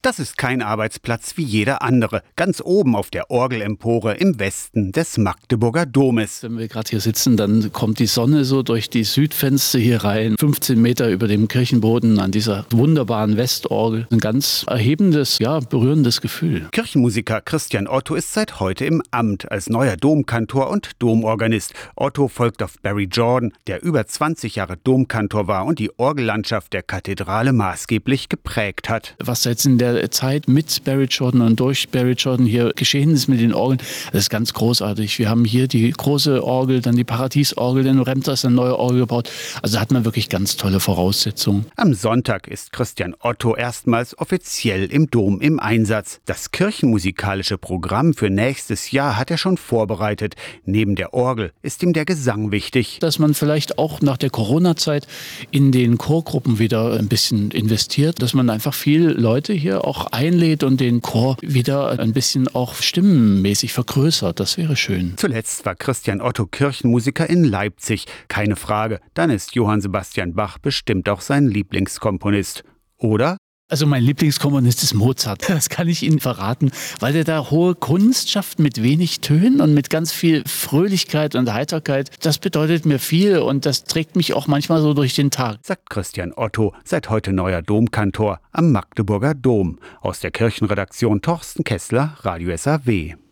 Das ist kein Arbeitsplatz wie jeder andere. Ganz oben auf der Orgelempore im Westen des Magdeburger Domes. Wenn wir gerade hier sitzen, dann kommt die Sonne so durch die Südfenster hier rein. 15 Meter über dem Kirchenboden an dieser wunderbaren Westorgel. Ein ganz erhebendes, berührendes Gefühl. Kirchenmusiker Christian Otto ist seit heute im Amt als neuer Domkantor und Domorganist. Otto folgt auf Barry Jordan, der über 20 Jahre Domkantor war und die Orgellandschaft der Kathedrale maßgeblich geprägt hat. Was jetzt in der Zeit mit Barry Jordan und durch Barry Jordan hier geschehen ist mit den Orgeln, das ist ganz großartig. Wir haben hier die große Orgel, dann die Paradiesorgel, in Remter ist eine neue Orgel gebaut. Also da hat man wirklich ganz tolle Voraussetzungen. Am Sonntag ist Christian Otto erstmals offiziell im Dom im Einsatz. Das kirchenmusikalische Programm für nächstes Jahr hat er schon vorbereitet. Neben der Orgel ist ihm der Gesang wichtig. Dass man vielleicht auch nach der Corona-Zeit in den Chorgruppen wieder ein bisschen investiert, dass man einfach viele Leute hier auch einlädt und den Chor wieder ein bisschen auch stimmenmäßig vergrößert. Das wäre schön. Zuletzt war Christian Otto Kirchenmusiker in Leipzig. Keine Frage, dann ist Johann Sebastian Bach bestimmt auch sein Lieblingskomponist. Oder? Also mein Lieblingskomponist ist Mozart. Das kann ich Ihnen verraten, weil er da hohe Kunst schafft mit wenig Tönen und mit ganz viel Fröhlichkeit und Heiterkeit. Das bedeutet mir viel und das trägt mich auch manchmal so durch den Tag. Sagt Christian Otto, seit heute neuer Domkantor am Magdeburger Dom. Aus der Kirchenredaktion Torsten Kessler, Radio SAW.